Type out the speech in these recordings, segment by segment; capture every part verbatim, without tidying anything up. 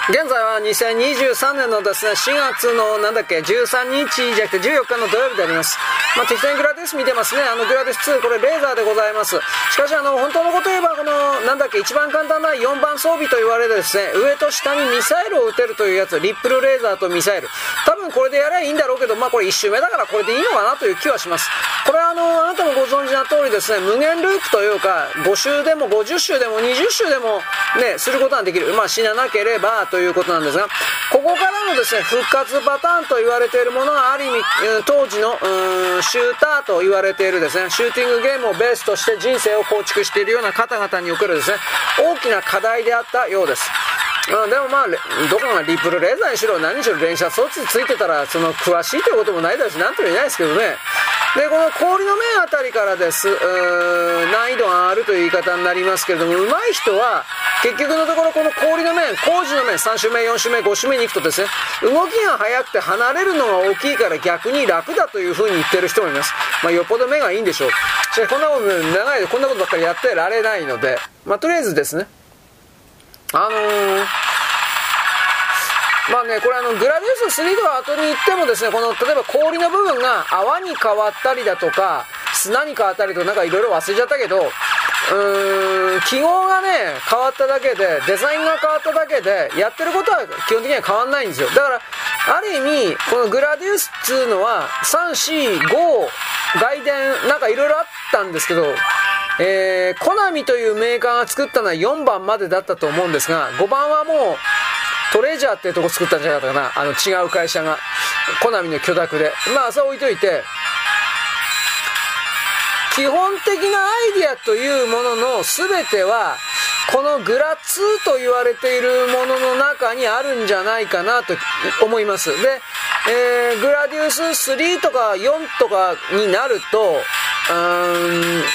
現在はにせんにじゅうさんねんのですね、しがつのなんだっけ、じゅうさんにちじゃなくてじゅうよっかの土曜日であります。まあ、適当にグラディウス見てますね。あのグラディウスツー、これレーザーでございます。しかしあの、本当のこと言えば、この、なんだっけ、一番簡単なよんばん装備と言われるですね、上と下にミサイルを撃てるというやつ、リップルレーザーとミサイル。多分これでやればいいんだろうけど、まあこれいち周目だからこれでいいのかなという気はします。これはあの、あなたもご存知の通りですね、無限ループというか、ご周でもごじゅっ周でもにじゅっ周でもね、することができる。まあ死ななければということなんですが、ここからのですね、復活パターンと言われているものがある意味、当時のうーんシューターと言われているですね、シューティングゲームをベースとして人生を構築しているような方々におけるですね、大きな課題であったようです。うん、でもまあどこがリップルレーザーにしろ何にしろ連射装置ついてたらその詳しいということもないだろうし、なんとも言えないですけどね。でこの氷の面あたりからです、うーん難易度があるという言い方になりますけれども、上手い人は結局のところこの氷の面、工事の面、さん周目よん周目ご周目に行くとですね、動きが速くて離れるのが大きいから逆に楽だというふうに言ってる人もいます。まあよっぽど目がいいんでしょう。しかしこんなこと長いでこんなことばっかりやってられないので、まあとりあえずですね、あのー、まあね、これあのグラディウススリーとか後に行ってもですね、この例えば氷の部分が泡に変わったりだとか砂に変わったりとかなんかいろいろ忘れちゃったけど、うーん記号がね変わっただけで、デザインが変わっただけでやってることは基本的には変わんないんですよ。だからある意味このグラディウスっつうのはさん、よん、ご外伝なんかいろいろあったんですけど、えー、コナミというメーカーが作ったのはよんばんまでだったと思うんですが、ごばんはもうトレジャーっていうとこ作ったんじゃなかったかな、あの違う会社がコナミの許諾で。まあそう置いといて、基本的なアイディアというものの全てはこのグラツーと言われているものの中にあるんじゃないかなと思います。で、えー、グラディウススリーとかよんとかになると、うーん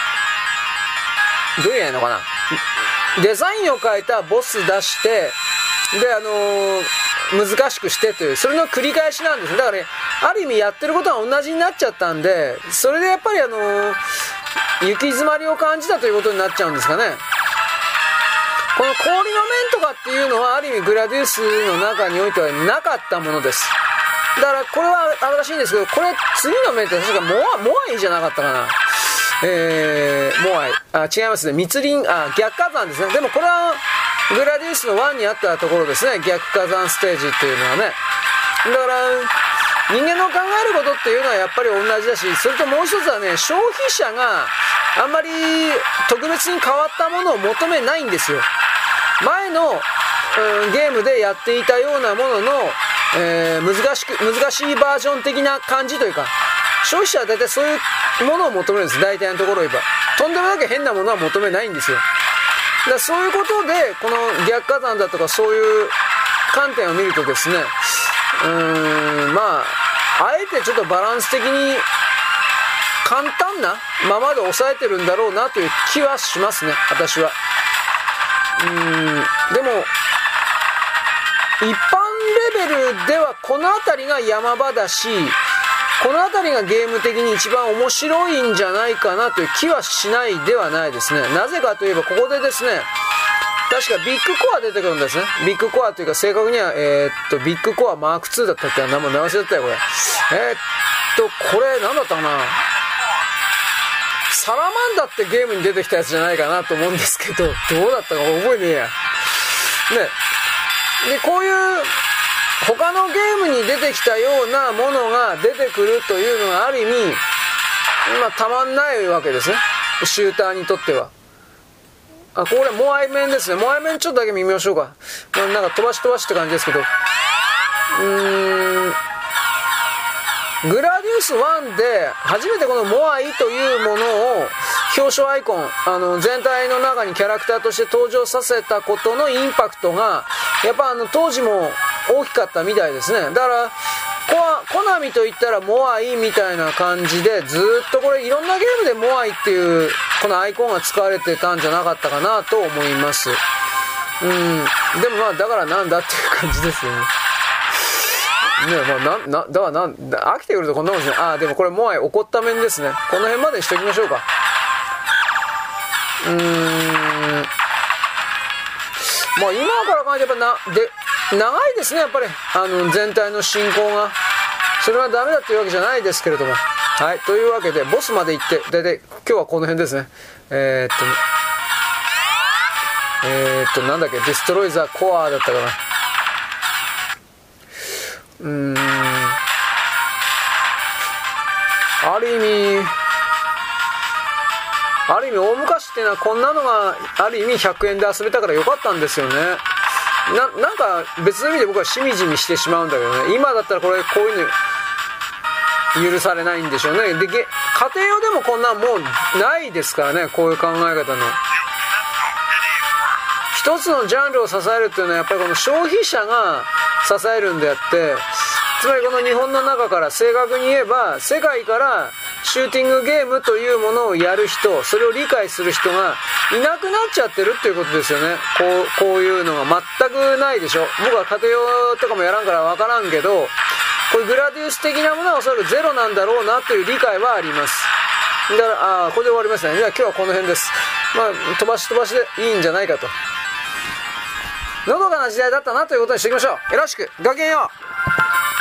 どういうのかな、デザインを変えたボス出してであのー、難しくしてというそれの繰り返しなんです。だからね、ある意味やってることは同じになっちゃったんで、それでやっぱりあのー、行き詰まりを感じたということになっちゃうんですかね。この氷の面とかっていうのはある意味グラディウスの中においてはなかったものです。だからこれは新しいんですけど、これ次の面って確かモアモアイじゃなかったかな、えー、モアイあ違いますね、密林あ逆火山ですね。でもこれはグラディウスのワンにあったところですね、逆火山ステージっていうのはね。だから人間の考えることっていうのはやっぱり同じだし、それともう一つはね、消費者があんまり特別に変わったものを求めないんですよ。前の、うん、ゲームでやっていたようなものの、えー、難しく難しいバージョン的な感じというか、消費者は大体そういうものを求めるんです。大体のところを言えばとんでもなく変なものは求めないんですよ。だからそういうことでこの逆火山だとかそういう観点を見るとですね、うーんまああえてちょっとバランス的に簡単なままで抑えてるんだろうなという気はしますね、私は。うーんでも一般レベルではこの辺りが山場だし、この辺りがゲーム的に一番面白いんじゃないかなという気はしないではないですね。なぜかといえばここでですね、確かビッグコア出てくるんですね。ビッグコアというか正確には、えー、っとビッグコアマークツーだったっけ、名前忘れてたよこれ。えー、っとこれ何だったかな、サラマンダってゲームに出てきたやつじゃないかなと思うんですけど、どうだったか覚えねえやね。でこういう他のゲームに出てきたようなものが出てくるというのがある意味、まあ、たまんないわけですね、シューターにとっては。あ、これモアイ面ですね。モアイ面ちょっとだけ見ましょうか。まあ、なんか飛ばし飛ばしって感じですけど、うーんグラディウスワンで初めてこのモアイというものを表彰アイコン、あの全体の中にキャラクターとして登場させたことのインパクトがやっぱあの当時も大きかったみたいですね。だからコナミといったらモアイみたいな感じでずっとこれいろんなゲームでモアイっていうこのアイコンが使われてたんじゃなかったかなと思います。うんでもまあだからなんだっていう感じですよね。ねまあ、ななだからなん飽きてくるとこんなもんですね。ああでもこれモアイ怒った面ですね。この辺までにしておきましょうか。うーんまあ今から考えてやっぱなで長いですね、やっぱりあの全体の進行が。それはダメだというわけじゃないですけれども、はい、というわけでボスまで行って、大体今日はこの辺ですね。えー、っとえー、っとなんだっけ、ディストロイザーコアだったかな。うーん、ある意味ある意味大昔っていうのはこんなのがある意味ひゃくえんで遊べたからよかったんですよね。な, なんか別の意味で僕はしみじみしてしまうんだけどね。今だったらこれこういうの許されないんでしょうね。で家庭用でもこんなんもうないですからね、こういう考え方の一つのジャンルを支えるっていうのはやっぱりこの消費者が支えるんであって、つまりこの日本の中から正確に言えば世界からシューティングゲームというものをやる人、それを理解する人がいなくなっちゃってるっていうことですよね。こう、こういうのが全くないでしょ。僕は家庭用とかもやらんから分からんけど、こういうグラディウス的なものはおそらくゼロなんだろうなという理解はあります。だから、あ、これで終わりましたね。じゃあ今日はこの辺です。まあ飛ばし飛ばしでいいんじゃないかと。のどかな時代だったなということにしておきましょう。よろしく、ごきげんよう。